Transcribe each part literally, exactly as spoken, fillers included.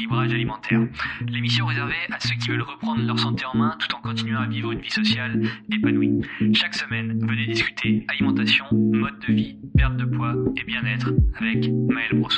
rééquilibrage alimentaire. L'émission réservée à ceux qui veulent reprendre leur santé en main tout en continuant à vivre une vie sociale épanouie. Chaque semaine, venez discuter alimentation, mode de vie, perte de poids et bien-être avec Maël Brosseau.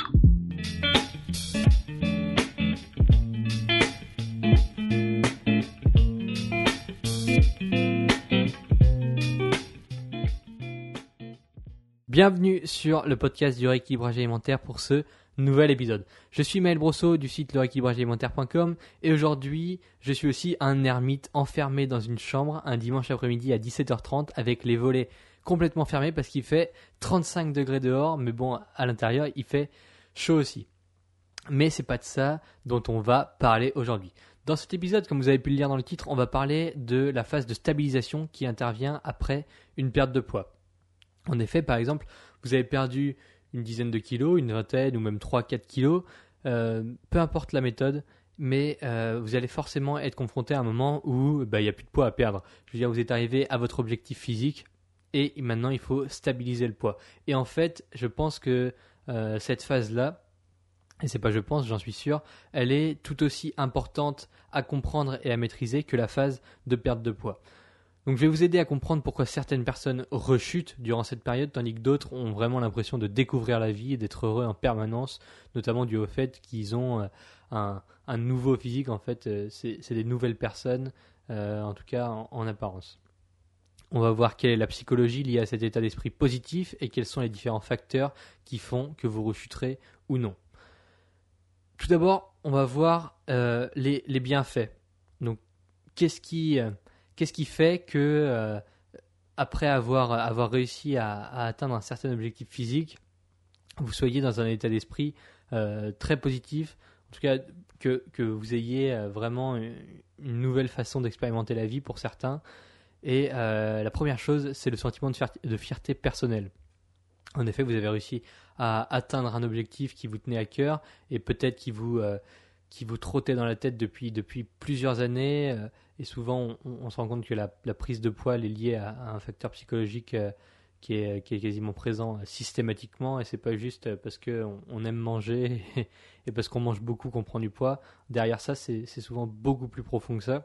Bienvenue sur le podcast du rééquilibrage alimentaire pour ce nouvel épisode. Je suis Maël Brosseau du site le rééquilibrage alimentaire point com et aujourd'hui je suis aussi un ermite enfermé dans une chambre un dimanche après-midi à dix-sept heures trente avec les volets complètement fermés parce qu'il fait trente-cinq degrés dehors, mais bon, à l'intérieur il fait chaud aussi. Mais c'est pas de ça dont on va parler aujourd'hui. Dans cet épisode, comme vous avez pu le lire dans le titre, on va parler de la phase de stabilisation qui intervient après une perte de poids. En effet, par exemple, vous avez perdu une dizaine de kilos, une vingtaine ou même trois à quatre kilos, euh, peu importe la méthode, mais euh, vous allez forcément être confronté à un moment où bah, il n'y a plus de poids à perdre. Je veux dire, vous êtes arrivé à votre objectif physique et maintenant il faut stabiliser le poids. Et en fait, je pense que euh, cette phase-là, et c'est pas je pense, j'en suis sûr, elle est tout aussi importante à comprendre et à maîtriser que la phase de perte de poids. Donc je vais vous aider à comprendre pourquoi certaines personnes rechutent durant cette période, tandis que d'autres ont vraiment l'impression de découvrir la vie et d'être heureux en permanence, notamment dû au fait qu'ils ont un, un nouveau physique, en fait, c'est, c'est des nouvelles personnes, euh, en tout cas en, en apparence. On va voir quelle est la psychologie liée à cet état d'esprit positif et quels sont les différents facteurs qui font que vous rechuterez ou non. Tout d'abord, on va voir euh, les, les bienfaits. Donc, qu'est-ce qui... Euh, Qu'est-ce qui fait que, euh, après avoir, avoir réussi à, à atteindre un certain objectif physique, vous soyez dans un état d'esprit euh, très positif, en tout cas que, que vous ayez vraiment une, une nouvelle façon d'expérimenter la vie pour certains. Et euh, la première chose, c'est le sentiment de fierté, de fierté personnelle. En effet, vous avez réussi à atteindre un objectif qui vous tenait à cœur et peut-être qui vous... Euh, qui vous trottait dans la tête depuis, depuis plusieurs années. Euh, et souvent, on, on se rend compte que la, la prise de poids est liée à, à un facteur psychologique euh, qui, est, qui est quasiment présent euh, systématiquement. Et c'est pas juste parce qu'on on aime manger et, et parce qu'on mange beaucoup qu'on prend du poids. Derrière ça, c'est, c'est souvent beaucoup plus profond que ça.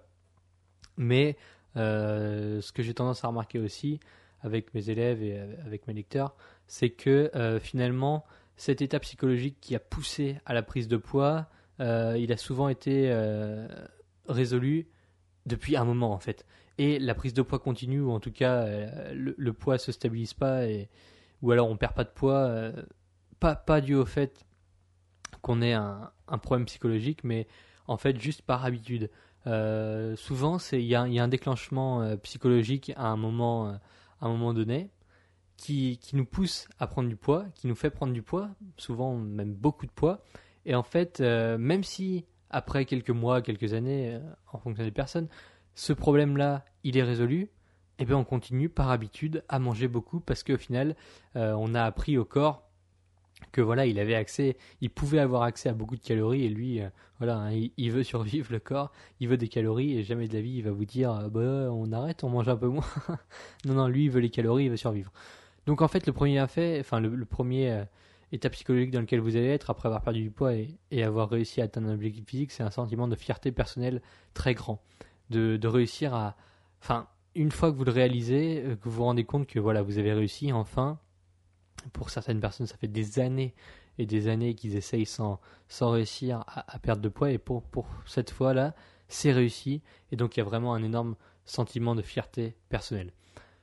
Mais euh, ce que j'ai tendance à remarquer aussi avec mes élèves et avec mes lecteurs, c'est que euh, finalement, cet état psychologique qui a poussé à la prise de poids, Euh, il a souvent été euh, résolu depuis un moment en fait. Et la prise de poids continue, ou en tout cas euh, le, le poids ne se stabilise pas, et, ou alors on ne perd pas de poids, euh, pas, pas dû au fait qu'on ait un, un problème psychologique, mais en fait juste par habitude. Euh, souvent, il y, y a un déclenchement euh, psychologique à un moment, euh, à un moment donné qui, qui nous pousse à prendre du poids, qui nous fait prendre du poids, souvent même beaucoup de poids. Et en fait, euh, même si après quelques mois, quelques années, euh, en fonction des personnes, ce problème-là, il est résolu, eh bien on continue par habitude à manger beaucoup parce qu'au final, euh, on a appris au corps que voilà, il avait accès, il pouvait avoir accès à beaucoup de calories et lui, euh, voilà, hein, il, il veut survivre, le corps, il veut des calories et jamais de la vie il va vous dire, euh, bah on arrête, on mange un peu moins. non, non, lui il veut les calories, il veut survivre. Donc en fait, le premier effet, enfin le, le premier euh, état psychologique dans lequel vous allez être après avoir perdu du poids et, et avoir réussi à atteindre un objectif physique, c'est un sentiment de fierté personnelle très grand. De, de réussir à... Enfin, une fois que vous le réalisez, que vous vous rendez compte que voilà, vous avez réussi enfin, pour certaines personnes, ça fait des années et des années qu'ils essayent sans, sans réussir à, à perdre de poids, et pour, pour cette fois-là, c'est réussi, et donc il y a vraiment un énorme sentiment de fierté personnelle.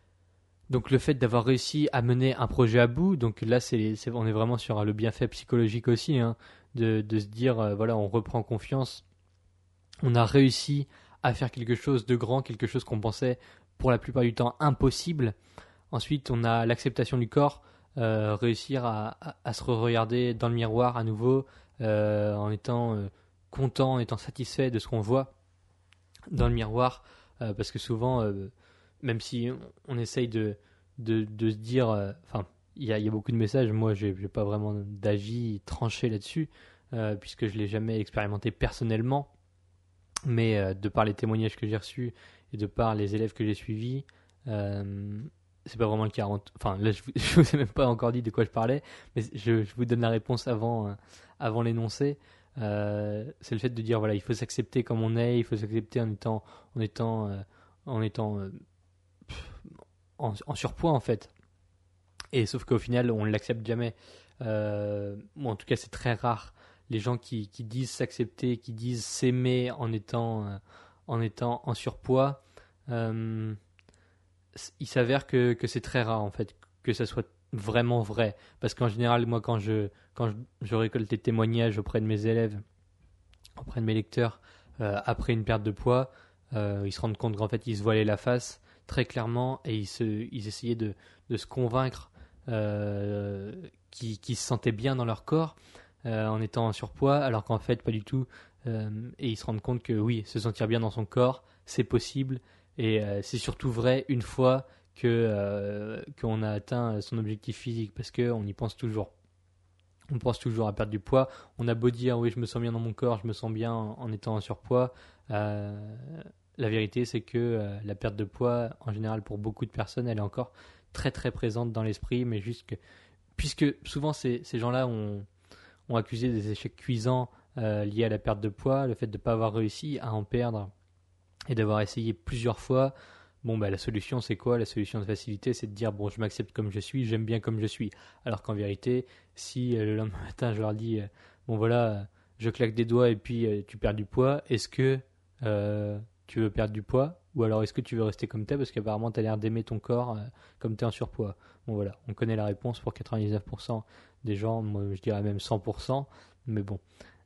Donc le fait d'avoir réussi à mener un projet à bout, donc là c'est, c'est on est vraiment sur le bienfait psychologique aussi, hein, de, de se dire euh, voilà, on reprend confiance, on a réussi à faire quelque chose de grand, quelque chose qu'on pensait pour la plupart du temps impossible. Ensuite on a l'acceptation du corps, euh, réussir à, à, à se regarder dans le miroir à nouveau, euh, en étant euh, content, en étant satisfait de ce qu'on voit dans le miroir, euh, parce que souvent euh, même si on essaye de, de, de se dire, enfin, euh, il y a, y a beaucoup de messages, moi j'ai, j'ai pas vraiment d'avis tranché là-dessus, euh, puisque je l'ai jamais expérimenté personnellement, mais euh, de par les témoignages que j'ai reçus et de par les élèves que j'ai suivis, euh, c'est pas vraiment le cas. Enfin, là je, je vous ai même pas encore dit de quoi je parlais, mais je, je vous donne la réponse avant, euh, avant l'énoncé. Euh, c'est le fait de dire voilà, il faut s'accepter comme on est, il faut s'accepter en étant, en étant, euh, en étant euh, en, en surpoids en fait. Et sauf qu'au final, on ne l'accepte jamais. Euh, ou en tout cas, c'est très rare. Les gens qui, qui disent s'accepter, qui disent s'aimer en étant, euh, en étant en surpoids, euh, il s'avère que, que c'est très rare en fait, que ça soit vraiment vrai. Parce qu'en général, moi, quand je, quand je, je récolte des témoignages auprès de mes élèves, auprès de mes lecteurs, euh, après une perte de poids, euh, ils se rendent compte qu'en fait, ils se voilaient la face très clairement et ils, se, ils essayaient de, de se convaincre euh, qu'ils, qu'ils se sentaient bien dans leur corps euh, en étant en surpoids, alors qu'en fait, pas du tout. Euh, et ils se rendent compte que oui, se sentir bien dans son corps, c'est possible. Et euh, c'est surtout vrai une fois que, euh, qu'on a atteint son objectif physique, parce qu'on y pense toujours. On pense toujours à perdre du poids. On a beau dire oui, je me sens bien dans mon corps, je me sens bien en, en étant en surpoids. Euh, la vérité, c'est que euh, la perte de poids, en général, pour beaucoup de personnes, elle est encore très très présente dans l'esprit, mais juste que, puisque souvent ces, ces gens-là ont, ont accusé des échecs cuisants euh, liés à la perte de poids, le fait de ne pas avoir réussi à en perdre et d'avoir essayé plusieurs fois. Bon, bah, la solution, c'est quoi? La solution de facilité, c'est de dire, bon, je m'accepte comme je suis, j'aime bien comme je suis. Alors qu'en vérité, si euh, le lendemain matin, je leur dis, euh, bon, voilà, euh, je claque des doigts et puis euh, tu perds du poids, est-ce que euh, tu veux perdre du poids? Ou alors est-ce que tu veux rester comme t'es parce qu'apparemment, tu as l'air d'aimer ton corps euh, comme t'es en surpoids? Bon, voilà, on connaît la réponse pour quatre-vingt-dix-neuf pour cent des gens, moi, je dirais même cent pour cent, mais bon.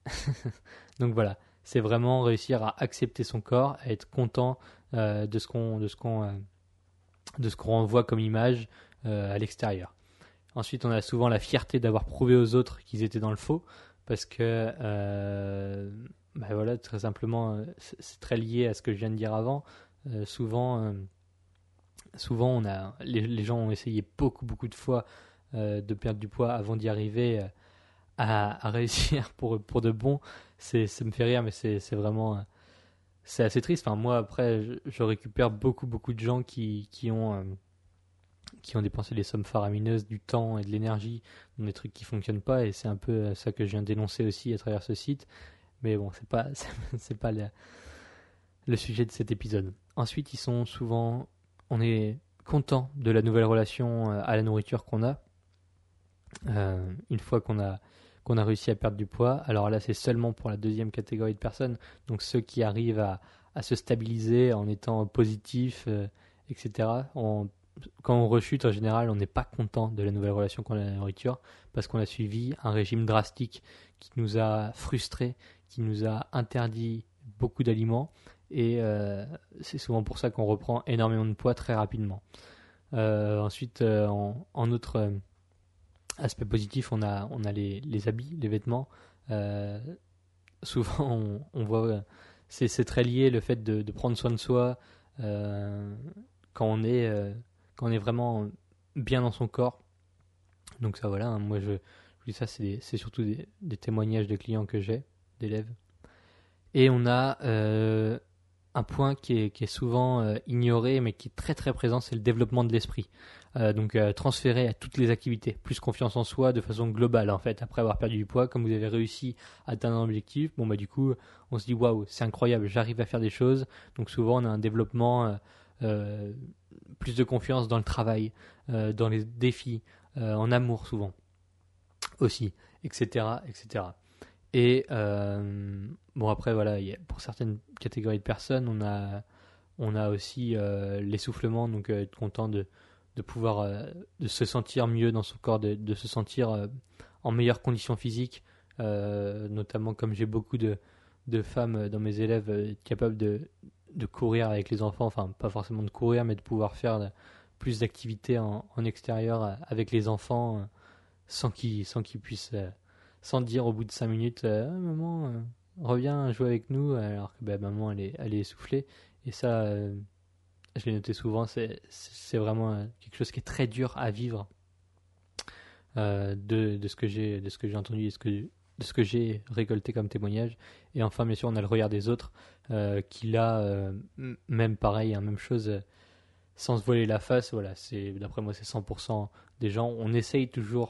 Donc voilà, c'est vraiment réussir à accepter son corps, à être content euh, de ce qu'on de ce qu'on euh, de ce qu'on renvoie comme image euh, à l'extérieur. Ensuite, on a souvent la fierté d'avoir prouvé aux autres qu'ils étaient dans le faux, parce que euh, bah voilà, très simplement, euh, c'est, c'est très lié à ce que je viens de dire avant. Euh, souvent, euh, souvent, on a les, les gens ont essayé beaucoup beaucoup de fois euh, de perdre du poids avant d'y arriver. Euh, à, à réussir pour, pour de bon, c'est, ça me fait rire, mais c'est, c'est vraiment. euh, C'est assez triste. Enfin, moi, après, je, je récupère beaucoup, beaucoup de gens qui, qui, ont, euh, qui ont dépensé des sommes faramineuses, du temps et de l'énergie dans des trucs qui fonctionnent pas, et c'est un peu euh, ça que je viens de dénoncer aussi à travers ce site. Mais bon, c'est pas, c'est, c'est pas le, le sujet de cet épisode. Ensuite, ils sont souvent. On est content de la nouvelle relation euh, à la nourriture qu'on a. Euh, une fois qu'on a qu'on a réussi à perdre du poids. Alors là, c'est seulement pour la deuxième catégorie de personnes, donc ceux qui arrivent à, à se stabiliser en étant positifs, euh, et cetera. On, quand on rechute, en général, on n'est pas content de la nouvelle relation qu'on a à la nourriture, parce qu'on a suivi un régime drastique qui nous a frustrés, qui nous a interdit beaucoup d'aliments, et euh, c'est souvent pour ça qu'on reprend énormément de poids très rapidement. Euh, ensuite, euh, en, en autre... Euh, aspect positif, on a, on a les, les habits, les vêtements. Euh, souvent, on, on voit, euh, c'est, c'est très lié le fait de, de prendre soin de soi euh, quand on est, euh, quand on est vraiment bien dans son corps. Donc ça, voilà. Hein, moi, je, je dis ça, c'est, des- c'est surtout des, des témoignages de clients que j'ai, d'élèves. Et on a euh, un point qui est, qui est souvent euh, ignoré, mais qui est très très présent, c'est le développement de l'esprit. Euh, donc euh, transférer à toutes les activités, plus confiance en soi de façon globale en fait. Après avoir perdu du poids, comme vous avez réussi à atteindre un objectif, bon bah du coup on se dit waouh, c'est incroyable, j'arrive à faire des choses. Donc souvent on a un développement, euh, euh, plus de confiance dans le travail, euh, dans les défis, euh, en amour souvent aussi, et cetera, et cetera. Et euh, bon après voilà, il y a- pour certaines catégories de personnes, on a on a aussi euh, l'essoufflement, donc euh, être content de de pouvoir euh, de se sentir mieux dans son corps, de, de se sentir euh, en meilleures conditions physiques, euh, notamment comme j'ai beaucoup de de femmes euh, dans mes élèves euh, capables de de courir avec les enfants, enfin pas forcément de courir, mais de pouvoir faire de- plus d'activités en, en extérieur euh, avec les enfants euh, sans qu'ils sans qu'ils puissent euh, sans dire au bout de cinq minutes euh, ah, maman euh, reviens jouer avec nous alors que bah, maman elle est, elle est essoufflée et ça euh, je l'ai noté souvent, c'est, c'est vraiment euh, quelque chose qui est très dur à vivre euh, de, de ce que j'ai de ce que j'ai entendu et ce que, de ce que j'ai récolté comme témoignage. Et enfin bien sûr on a le regard des autres euh, qui là euh, m- même pareil hein, même chose euh, sans se voiler la face, voilà, c'est d'après moi c'est cent pour cent des gens. On essaye toujours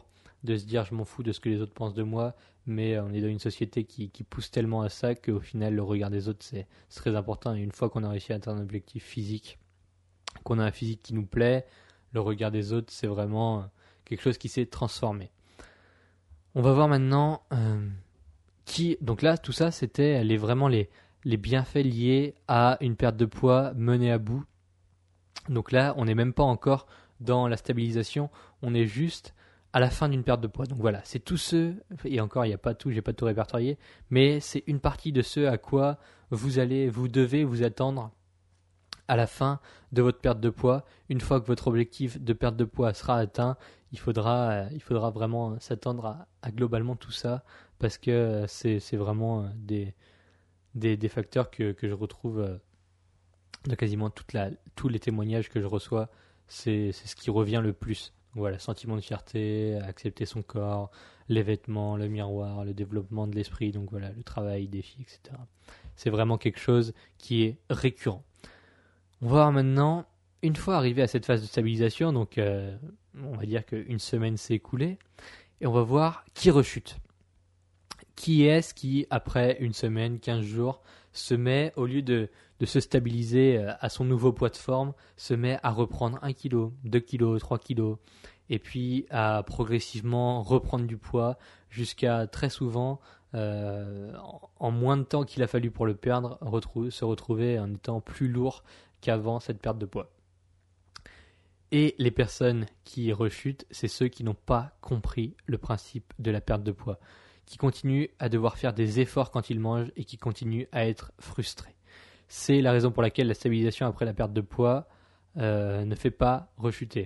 de se dire je m'en fous de ce que les autres pensent de moi, mais on est dans une société qui, qui pousse tellement à ça qu'au final le regard des autres c'est, c'est très important. Et une fois qu'on a réussi à atteindre un objectif physique, qu'on a un physique qui nous plaît, le regard des autres c'est vraiment quelque chose qui s'est transformé. On va voir maintenant euh, qui, donc là tout ça c'était les, vraiment les, les bienfaits liés à une perte de poids menée à bout. Donc là on n'est même pas encore dans la stabilisation, on est juste à la fin d'une perte de poids. Donc voilà, c'est tous ceux, et encore il n'y a pas tout, j'ai pas tout répertorié, mais c'est une partie de ce à quoi vous allez, vous devez vous attendre à la fin de votre perte de poids. Une fois que votre objectif de perte de poids sera atteint, il faudra, euh, il faudra vraiment s'attendre à, à globalement tout ça, parce que euh, c'est, c'est vraiment euh, des, des, des facteurs que, que je retrouve euh, dans quasiment toute la, tous les témoignages que je reçois. C'est, c'est ce qui revient le plus. Voilà, sentiment de fierté, accepter son corps, les vêtements, le miroir, le développement de l'esprit, donc voilà, le travail, défi, et cetera. C'est vraiment quelque chose qui est récurrent. On va voir maintenant, une fois arrivé à cette phase de stabilisation, donc euh, on va dire qu'une semaine s'est écoulée, et on va voir qui rechute. Qui est-ce qui, après une semaine, quinze jours, se met, au lieu de, de se stabiliser à son nouveau poids de forme, se met à reprendre un kilo, deux kilos, trois kilos, et puis à progressivement reprendre du poids jusqu'à très souvent, euh, en, en moins de temps qu'il a fallu pour le perdre, retrouver, se retrouver en étant plus lourd qu'avant cette perte de poids. Et les personnes qui rechutent, c'est ceux qui n'ont pas compris le principe de la perte de poids, qui continuent à devoir faire des efforts quand ils mangent et qui continuent à être frustrés. C'est la raison pour laquelle la stabilisation après la perte de poids euh, ne fait pas rechuter.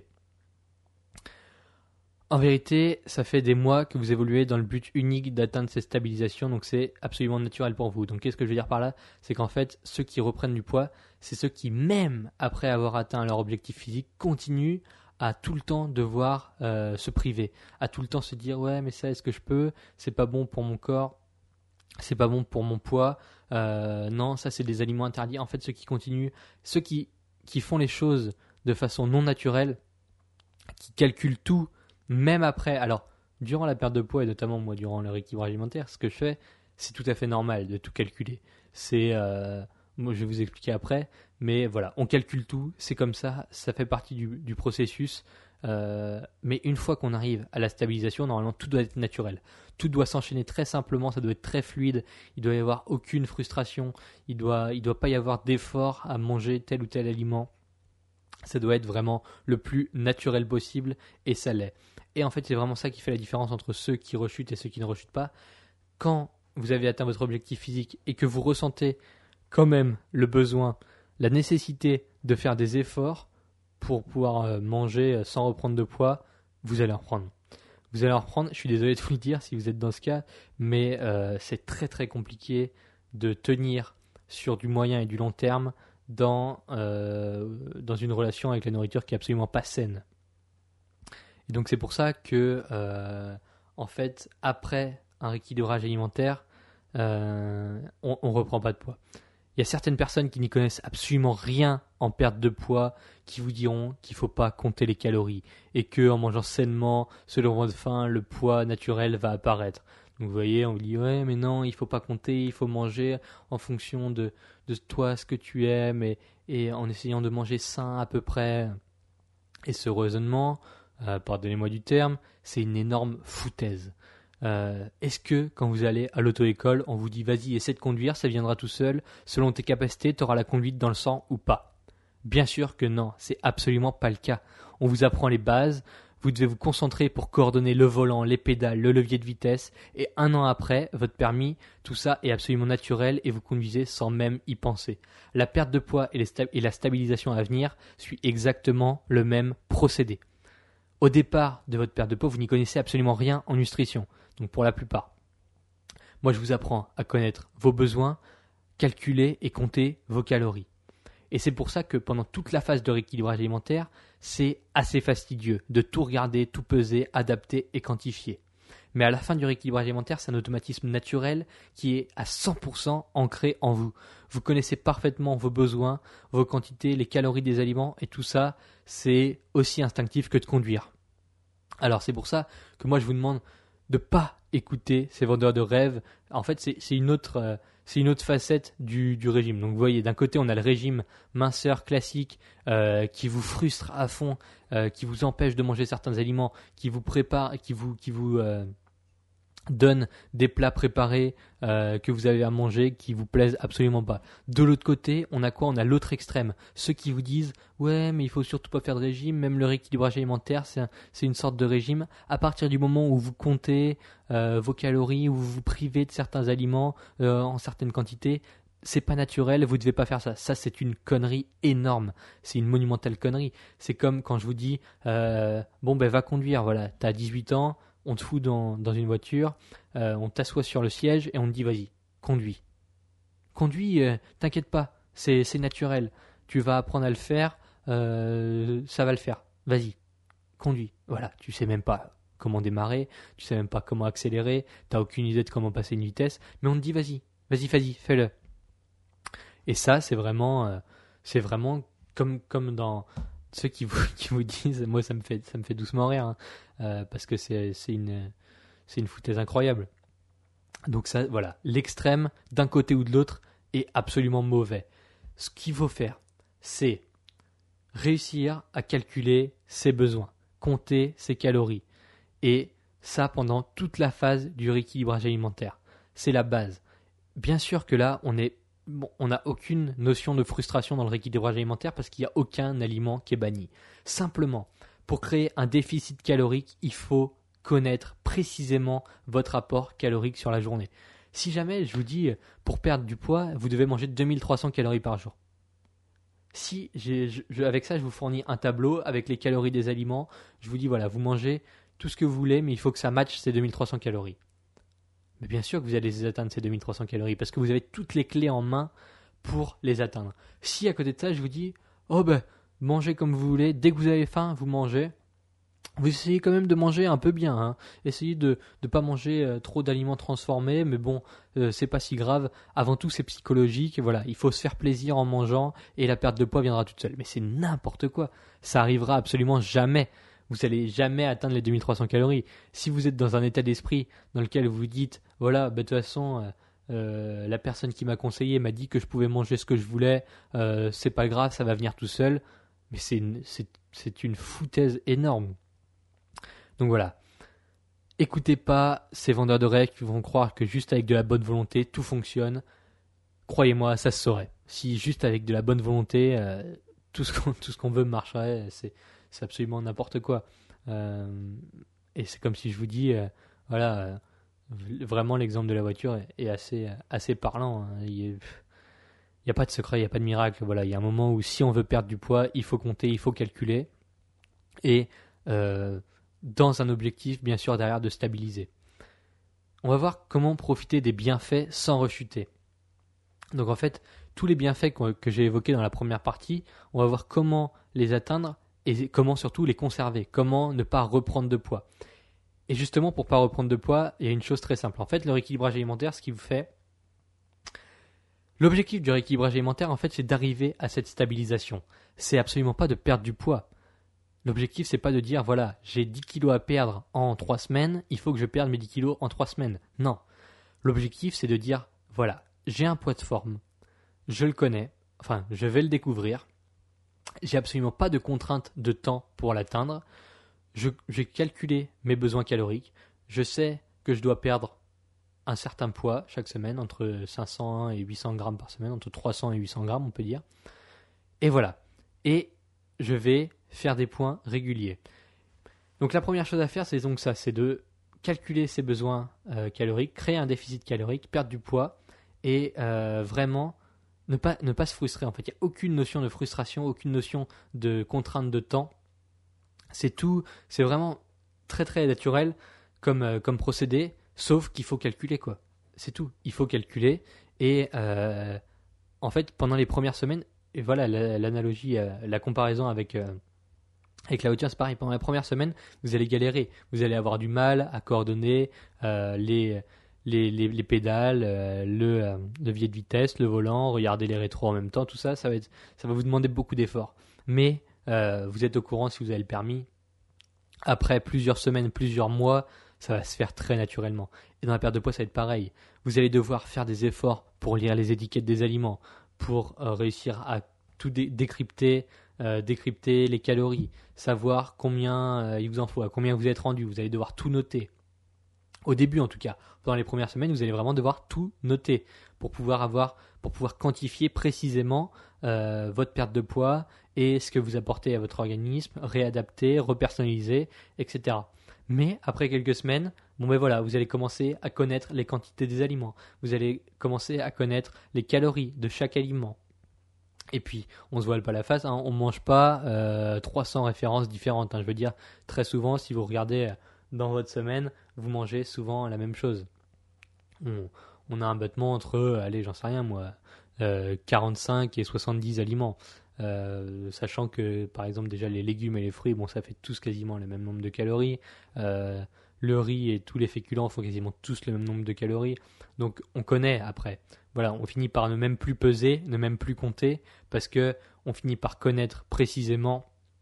En vérité, ça fait des mois que vous évoluez dans le but unique d'atteindre cette stabilisation, donc c'est absolument naturel pour vous. Donc qu'est-ce que je veux dire par là ? C'est qu'en fait, ceux qui reprennent du poids, c'est ceux qui, même après avoir atteint leur objectif physique, continuent à tout le temps devoir euh, se priver, à tout le temps se dire ouais mais ça est-ce que je peux, c'est pas bon pour mon corps, c'est pas bon pour mon poids, euh, non ça c'est des aliments interdits. En fait ceux qui continuent, ceux qui, qui font les choses de façon non naturelle, qui calculent tout même après, alors durant la perte de poids et notamment moi durant le rééquilibrage alimentaire, ce que je fais c'est tout à fait normal de tout calculer, c'est euh, moi je vais vous expliquer après, mais voilà, on calcule tout, c'est comme ça, ça fait partie du, du processus, euh, mais une fois qu'on arrive à la stabilisation, normalement tout doit être naturel, tout doit s'enchaîner très simplement, ça doit être très fluide, il doit y avoir aucune frustration, il doit, il doit pas y avoir d'effort à manger tel ou tel aliment, ça doit être vraiment le plus naturel possible, et ça l'est. Et en fait c'est vraiment ça qui fait la différence entre ceux qui rechutent et ceux qui ne rechutent pas. Quand vous avez atteint votre objectif physique et que vous ressentez quand même le besoin, la nécessité de faire des efforts pour pouvoir manger sans reprendre de poids, vous allez en reprendre. Vous allez en reprendre, je suis désolé de vous le dire si vous êtes dans ce cas, mais euh, c'est très très compliqué de tenir sur du moyen et du long terme dans, euh, dans une relation avec la nourriture qui est absolument pas saine. Et donc c'est pour ça que, euh, en fait, après un rééquilibrage alimentaire, euh, on ne reprend pas de poids. Il y a certaines personnes qui n'y connaissent absolument rien en perte de poids qui vous diront qu'il ne faut pas compter les calories et qu'en mangeant sainement, selon votre faim, le poids naturel va apparaître. Donc vous voyez, on vous dit ouais mais non, il ne faut pas compter, il faut manger en fonction de, de toi, ce que tu aimes et, et en essayant de manger sain à peu près. Et ce raisonnement, euh, pardonnez-moi du terme, c'est une énorme foutaise. Euh, est-ce que quand vous allez à l'auto-école, on vous dit vas-y essaie de conduire, ça viendra tout seul, selon tes capacités, tu auras la conduite dans le sang ou pas? Bien sûr que non, c'est absolument pas le cas. On vous apprend les bases, vous devez vous concentrer pour coordonner le volant, les pédales, le levier de vitesse, et un an après, votre permis, tout ça est absolument naturel et vous conduisez sans même y penser. La perte de poids et, les sta- et la stabilisation à venir suit exactement le même procédé. Au départ de votre perte de poids, vous n'y connaissez absolument rien en nutrition. Donc pour la plupart. Moi, je vous apprends à connaître vos besoins, calculer et compter vos calories. Et c'est pour ça que pendant toute la phase de rééquilibrage alimentaire, c'est assez fastidieux de tout regarder, tout peser, adapter et quantifier. Mais à la fin du rééquilibrage alimentaire, c'est un automatisme naturel qui est à cent pour cent ancré en vous. Vous connaissez parfaitement vos besoins, vos quantités, les calories des aliments et tout ça, c'est aussi instinctif que de conduire. Alors c'est pour ça que moi je vous demande de pas écouter ces vendeurs de rêves. En fait, c'est, c'est une autre, euh, c'est une autre facette du, du régime. Donc vous voyez, d'un côté on a le régime minceur classique euh, qui vous frustre à fond, euh, qui vous empêche de manger certains aliments, qui vous prépare, qui vous, qui vous euh, donne des plats préparés euh, que vous avez à manger qui vous plaisent absolument pas. De l'autre côté, on a quoi? On a l'autre extrême. Ceux qui vous disent ouais, mais il faut surtout pas faire de régime, même le rééquilibrage alimentaire, c'est, un- c'est une sorte de régime. À partir du moment où vous comptez euh, vos calories, où vous vous privez de certains aliments euh, en certaines quantités, c'est pas naturel, vous devez pas faire ça. Ça, c'est une connerie énorme. C'est une monumentale connerie. C'est comme quand je vous dis euh, bon, ben va conduire, voilà, t'as dix-huit ans, on te fout dans, dans une voiture, euh, on t'assoit sur le siège et on te dit vas-y, conduis. Conduis, euh, t'inquiète pas, c'est, c'est naturel. Tu vas apprendre à le faire, euh, ça va le faire. Vas-y, conduis. Voilà, tu sais même pas comment démarrer, tu sais même pas comment accélérer, t'as aucune idée de comment passer une vitesse, mais on te dit vas-y, vas-y, vas-y, fais-le. Et ça, c'est vraiment, euh, c'est vraiment comme, comme dans ceux qui vous, qui vous disent, moi ça me fait, ça me fait doucement rire, hein, euh, parce que c'est, c'est une, c'est une foutaise incroyable. Donc ça, voilà, l'extrême d'un côté ou de l'autre est absolument mauvais. Ce qu'il faut faire, c'est réussir à calculer ses besoins, compter ses calories, et ça pendant toute la phase du rééquilibrage alimentaire. C'est la base. Bien sûr que là, on est bon, on n'a aucune notion de frustration dans le rééquilibrage alimentaire parce qu'il n'y a aucun aliment qui est banni. Simplement, pour créer un déficit calorique, il faut connaître précisément votre apport calorique sur la journée. Si jamais je vous dis, pour perdre du poids, vous devez manger deux mille trois cents calories par jour. Si j'ai, je, avec ça, je vous fournis un tableau avec les calories des aliments, je vous dis, voilà, vous mangez tout ce que vous voulez, mais il faut que ça matche ces deux mille trois cents calories. Mais bien sûr que vous allez les atteindre ces deux mille trois cents calories parce que vous avez toutes les clés en main pour les atteindre. Si à côté de ça, je vous dis, oh ben, mangez comme vous voulez, dès que vous avez faim, vous mangez. Vous essayez quand même de manger un peu bien, hein. Essayez de ne pas manger euh, trop d'aliments transformés, mais bon, euh, c'est pas si grave. Avant tout, c'est psychologique. Voilà, il faut se faire plaisir en mangeant et la perte de poids viendra toute seule. Mais c'est n'importe quoi. Ça arrivera absolument jamais. Vous allez jamais atteindre les deux mille trois cents calories. Si vous êtes dans un état d'esprit dans lequel vous vous dites, voilà, bah, de toute façon, euh, euh, la personne qui m'a conseillé m'a dit que je pouvais manger ce que je voulais, euh, c'est pas grave, ça va venir tout seul. Mais c'est une, c'est, c'est une foutaise énorme. Donc voilà, écoutez pas ces vendeurs de rêves qui vont croire que juste avec de la bonne volonté, tout fonctionne. Croyez-moi, ça se saurait. Si juste avec de la bonne volonté, euh, tout, ce qu'on, tout ce qu'on veut marcherait, c'est, c'est absolument n'importe quoi. Euh, et c'est comme si je vous dis, euh, voilà, euh, vraiment l'exemple de la voiture est, est assez, assez parlant, hein. Il n'y a pas de secret, il n'y a pas de miracle. Voilà, il y a un moment où si on veut perdre du poids, il faut compter, il faut calculer. Et... Euh, dans un objectif bien sûr derrière de stabiliser. On va voir comment profiter des bienfaits sans rechuter. Donc en fait, tous les bienfaits que j'ai évoqués dans la première partie, on va voir comment les atteindre et comment surtout les conserver, comment ne pas reprendre de poids. Et justement, pour ne pas reprendre de poids, il y a une chose très simple. En fait, le rééquilibrage alimentaire, ce qui vous fait... L'objectif du rééquilibrage alimentaire, en fait, c'est d'arriver à cette stabilisation. C'est absolument pas de perdre du poids. L'objectif, c'est pas de dire, voilà, j'ai dix kilos à perdre en trois semaines, il faut que je perde mes dix kilos en trois semaines. Non. L'objectif, c'est de dire, voilà, j'ai un poids de forme, je le connais, enfin, je vais le découvrir, j'ai absolument pas de contrainte de temps pour l'atteindre, je, j'ai calculé mes besoins caloriques, je sais que je dois perdre un certain poids chaque semaine, entre cinq cents et huit cents grammes par semaine, entre trois cents et huit cents grammes, on peut dire. Et voilà. Et je vais faire des points réguliers. Donc la première chose à faire, c'est donc ça, c'est de calculer ses besoins euh, caloriques, créer un déficit calorique, perdre du poids et euh, vraiment ne pas, ne pas se frustrer. En fait, il n'y a aucune notion de frustration, aucune notion de contrainte de temps. C'est tout, c'est vraiment très très naturel comme, euh, comme procédé, sauf qu'il faut calculer quoi. C'est tout, il faut calculer et euh, en fait, pendant les premières semaines, et voilà l'analogie, euh, la comparaison avec... Euh, Avec la voiture, c'est pareil. Pendant la première semaine, vous allez galérer. Vous allez avoir du mal à coordonner euh, les, les, les, les pédales, euh, le euh, levier de vitesse, le volant, regarder les rétros en même temps. Tout ça, ça va, être, ça va vous demander beaucoup d'efforts. Mais euh, vous êtes au courant si vous avez le permis. après plusieurs semaines, plusieurs mois, ça va se faire très naturellement. Et dans la perte de poids, ça va être pareil. Vous allez devoir faire des efforts pour lire les étiquettes des aliments, pour euh, réussir à tout dé- décrypter, euh, décrypter les calories, savoir combien euh, il vous en faut, à combien vous êtes rendu. Vous allez devoir tout noter. Au début, en tout cas, pendant les premières semaines, vous allez vraiment devoir tout noter pour pouvoir avoir, pour pouvoir quantifier précisément euh, votre perte de poids et ce que vous apportez à votre organisme, réadapter, repersonnaliser, et cetera. Mais après quelques semaines, bon ben voilà, vous allez commencer à connaître les quantités des aliments. Vous allez commencer à connaître les calories de chaque aliment. Et puis, on se voile pas la face, hein, on ne mange pas euh, trois cents références différentes. Hein. Je veux dire, très souvent, si vous regardez dans votre semaine, vous mangez souvent la même chose. On, on a un battement entre, allez, j'en sais rien moi, euh, quarante-cinq et soixante-dix aliments. Euh, sachant que, par exemple, déjà les légumes et les fruits, bon, ça fait tous quasiment le même nombre de calories. Euh, le riz et tous les féculents font quasiment tous le même nombre de calories. Donc, on connaît après. Voilà, on finit par ne même plus peser, ne même plus compter, parce que on finit par connaître précisément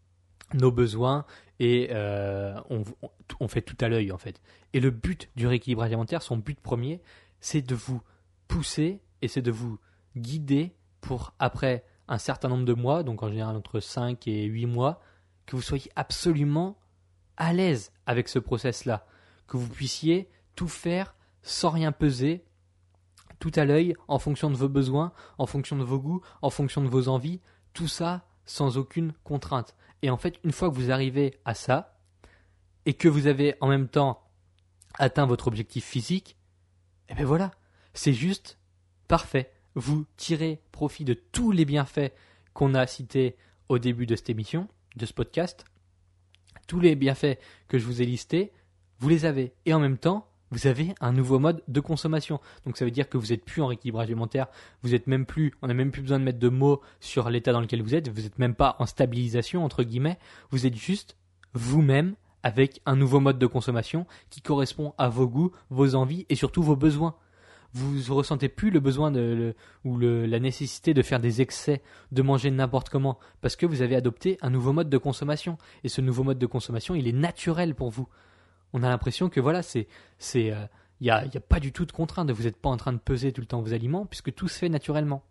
nos besoins et euh, on, on, on fait tout à l'œil en fait. Et le but du rééquilibrage alimentaire, son but premier, c'est de vous pousser et c'est de vous guider pour après un certain nombre de mois, donc en général entre cinq et huit mois, que vous soyez absolument à l'aise avec ce process-là, que vous puissiez tout faire sans rien peser, tout à l'œil, en fonction de vos besoins, en fonction de vos goûts, en fonction de vos envies, tout ça sans aucune contrainte. Et en fait, une fois que vous arrivez à ça, et que vous avez en même temps atteint votre objectif physique, et bien voilà, c'est juste parfait. Vous tirez profit de tous les bienfaits qu'on a cités au début de cette émission, de ce podcast. Tous les bienfaits que je vous ai listés, vous les avez. Et en même temps, vous avez un nouveau mode de consommation. Donc ça veut dire que vous n'êtes plus en rééquilibrage alimentaire, vous êtes même plus, on n'a même plus besoin de mettre de mots sur l'état dans lequel vous êtes, vous n'êtes même pas en stabilisation, entre guillemets, vous êtes juste vous-même avec un nouveau mode de consommation qui correspond à vos goûts, vos envies et surtout vos besoins. Vous ne ressentez plus le besoin de, le, ou le, la nécessité de faire des excès, de manger n'importe comment, parce que vous avez adopté un nouveau mode de consommation. Et ce nouveau mode de consommation, il est naturel pour vous. On a l'impression que voilà, c'est, c'est, euh, y a, y a pas du tout de contrainte. Vous n'êtes pas en train de peser tout le temps vos aliments, puisque tout se fait naturellement.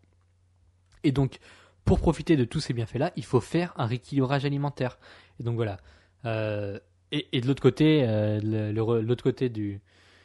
Et donc, pour profiter de tous ces bienfaits-là, il faut faire un rééquilibrage alimentaire. Et donc voilà. Euh, et, et de l'autre côté, euh, le, le, l'autre côté du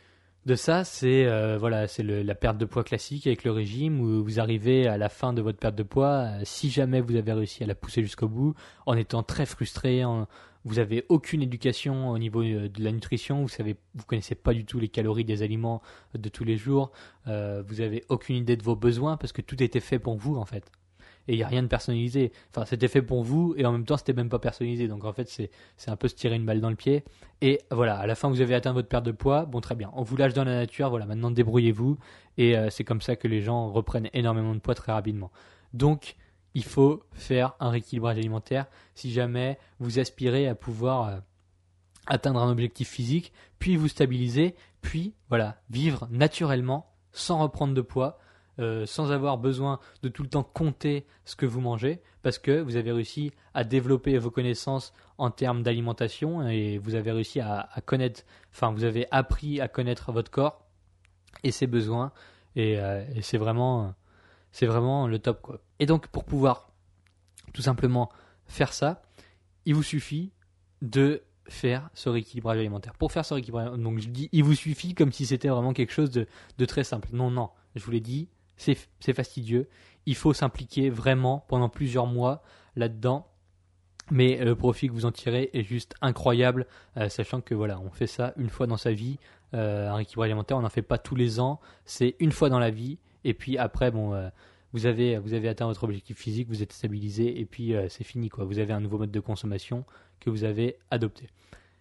de ça, c'est euh, voilà, c'est le, la perte de poids classique avec le régime où vous arrivez à la fin de votre perte de poids, euh, si jamais vous avez réussi à la pousser jusqu'au bout, en étant très frustré, en, vous avez aucune éducation au niveau euh, de la nutrition, vous savez, vous connaissez pas du tout les calories des aliments de tous les jours, euh, vous avez aucune idée de vos besoins parce que tout était fait pour vous en fait. Et il n'y a rien de personnalisé. Enfin, c'était fait pour vous et en même temps, c'était même pas personnalisé. Donc en fait, c'est, c'est un peu se tirer une balle dans le pied. Et voilà, à la fin, vous avez atteint votre perte de poids. Bon, très bien. On vous lâche dans la nature. Voilà, maintenant, débrouillez-vous. Et euh, c'est comme ça que les gens reprennent énormément de poids très rapidement. Donc, il faut faire un rééquilibrage alimentaire si jamais vous aspirez à pouvoir euh, atteindre un objectif physique, puis vous stabiliser, puis voilà, vivre naturellement sans reprendre de poids. Euh, sans avoir besoin de tout le temps compter ce que vous mangez, parce que vous avez réussi à développer vos connaissances en termes d'alimentation et vous avez réussi à, à connaître, enfin vous avez appris à connaître votre corps et ses besoins et, euh, et c'est vraiment, c'est vraiment le top quoi. Et donc pour pouvoir tout simplement faire ça, il vous suffit de faire ce rééquilibrage alimentaire. Pour faire ce rééquilibrage, donc je dis il vous suffit comme si c'était vraiment quelque chose de, de très simple. Non, non, je vous l'ai dit. C'est, c'est fastidieux, il faut s'impliquer vraiment pendant plusieurs mois là-dedans, mais le profit que vous en tirez est juste incroyable, euh, sachant que voilà, on fait ça une fois dans sa vie, euh, un rééquilibrage alimentaire, on n'en fait pas tous les ans, c'est une fois dans la vie, et puis après, bon, euh, vous avez, vous avez atteint votre objectif physique, vous êtes stabilisé, et puis euh, c'est fini, quoi. Vous avez un nouveau mode de consommation que vous avez adopté.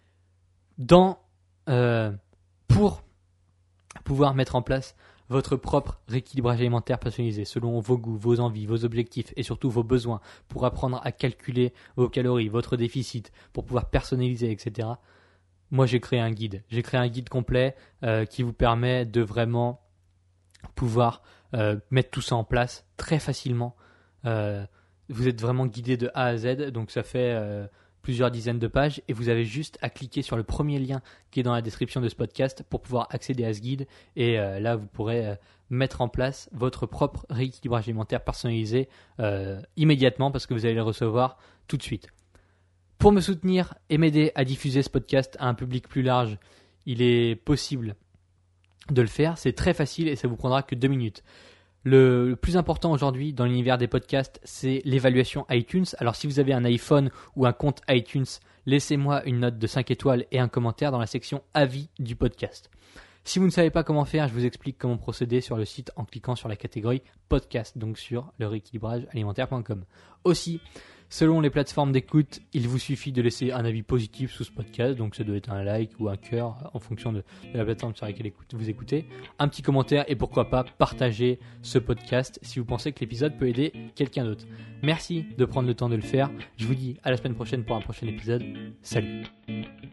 Dans, euh, pour pouvoir mettre en place votre propre rééquilibrage alimentaire personnalisé selon vos goûts, vos envies, vos objectifs et surtout vos besoins pour apprendre à calculer vos calories, votre déficit, pour pouvoir personnaliser, et cetera. Moi, j'ai créé un guide. J'ai créé un guide complet euh, qui vous permet de vraiment pouvoir euh, mettre tout ça en place très facilement. Euh, vous êtes vraiment guidé de A à Z, donc ça fait euh, plusieurs dizaines de pages et vous avez juste à cliquer sur le premier lien qui est dans la description de ce podcast pour pouvoir accéder à ce guide. Et euh, là, vous pourrez euh, mettre en place votre propre rééquilibrage alimentaire personnalisé euh, immédiatement parce que vous allez le recevoir tout de suite. Pour me soutenir et m'aider à diffuser ce podcast à un public plus large, il est possible de le faire. C'est très facile et ça vous prendra que deux minutes. Le, le plus important aujourd'hui dans l'univers des podcasts, c'est l'évaluation iTunes. Alors si vous avez un iPhone ou un compte iTunes, laissez-moi une note de cinq étoiles et un commentaire dans la section avis du podcast. Si vous ne savez pas comment faire, je vous explique comment procéder sur le site en cliquant sur la catégorie podcast, donc sur le rééquilibrage alimentaire point com. Aussi, selon les plateformes d'écoute, il vous suffit de laisser un avis positif sous ce podcast, donc ça doit être un like ou un cœur en fonction de, de la plateforme sur laquelle vous écoutez, un petit commentaire et pourquoi pas partager ce podcast si vous pensez que l'épisode peut aider quelqu'un d'autre. Merci de prendre le temps de le faire. Je vous dis à la semaine prochaine pour un prochain épisode. Salut.